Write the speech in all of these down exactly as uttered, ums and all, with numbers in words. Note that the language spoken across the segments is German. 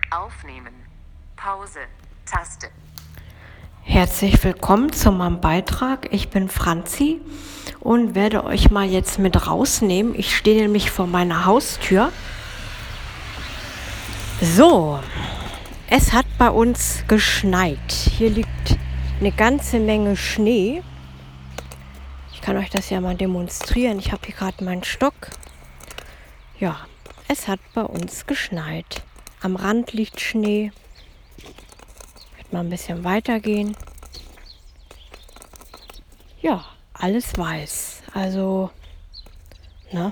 Aufnehmen. Pause. Taste. Herzlich willkommen zu meinem Beitrag. Ich bin Franzi und werde euch mal jetzt mit rausnehmen. Ich stehe nämlich vor meiner Haustür. So, es hat bei uns geschneit. Hier liegt eine ganze Menge Schnee. Ich kann euch das ja mal demonstrieren. Ich habe hier gerade meinen Stock. Ja, es hat bei uns geschneit. Am Rand liegt Schnee. Ich werde mal ein bisschen weitergehen. Ja, alles weiß. Also, ne?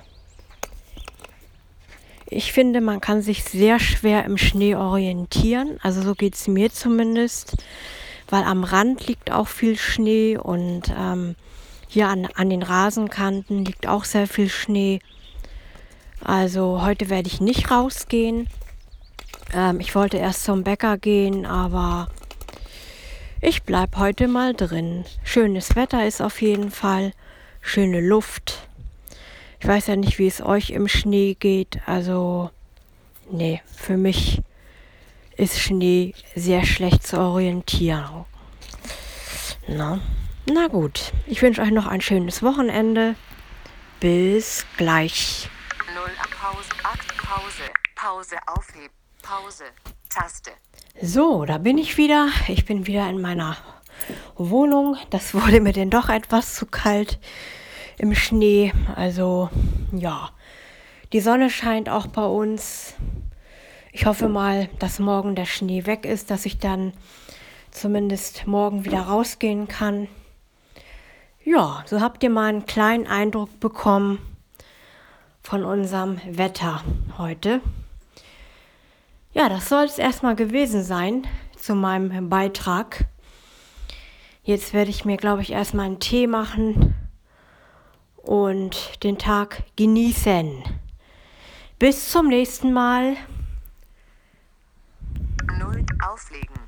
Ich finde, man kann sich sehr schwer im Schnee orientieren. Also so geht es mir zumindest. Weil am Rand liegt auch viel Schnee und ähm, hier an, an den Rasenkanten liegt auch sehr viel Schnee. Also heute werde ich nicht rausgehen. Ähm, ich wollte erst zum Bäcker gehen, aber ich bleibe heute mal drin. Schönes Wetter ist auf jeden Fall. Schöne Luft. Ich weiß ja nicht, wie es euch im Schnee geht. Also, nee, für mich ist Schnee sehr schlecht zu orientieren. Na, na gut, ich wünsche euch noch ein schönes Wochenende. Bis gleich. null. Pause. Akt. Pause. Pause. Aufheben. Pause. Taste. So, da bin ich wieder. Ich bin wieder in meiner Wohnung. Das wurde mir denn doch etwas zu kalt im Schnee. Also, ja, die Sonne scheint auch bei uns. Ich hoffe mal, dass morgen der Schnee weg ist, dass ich dann zumindest morgen wieder rausgehen kann. Ja, so habt ihr mal einen kleinen Eindruck bekommen von unserem Wetter heute. Ja, das soll es erstmal gewesen sein zu meinem Beitrag. Jetzt werde ich mir, glaube ich, erstmal einen Tee machen und den Tag genießen. Bis zum nächsten Mal. null. Auflegen.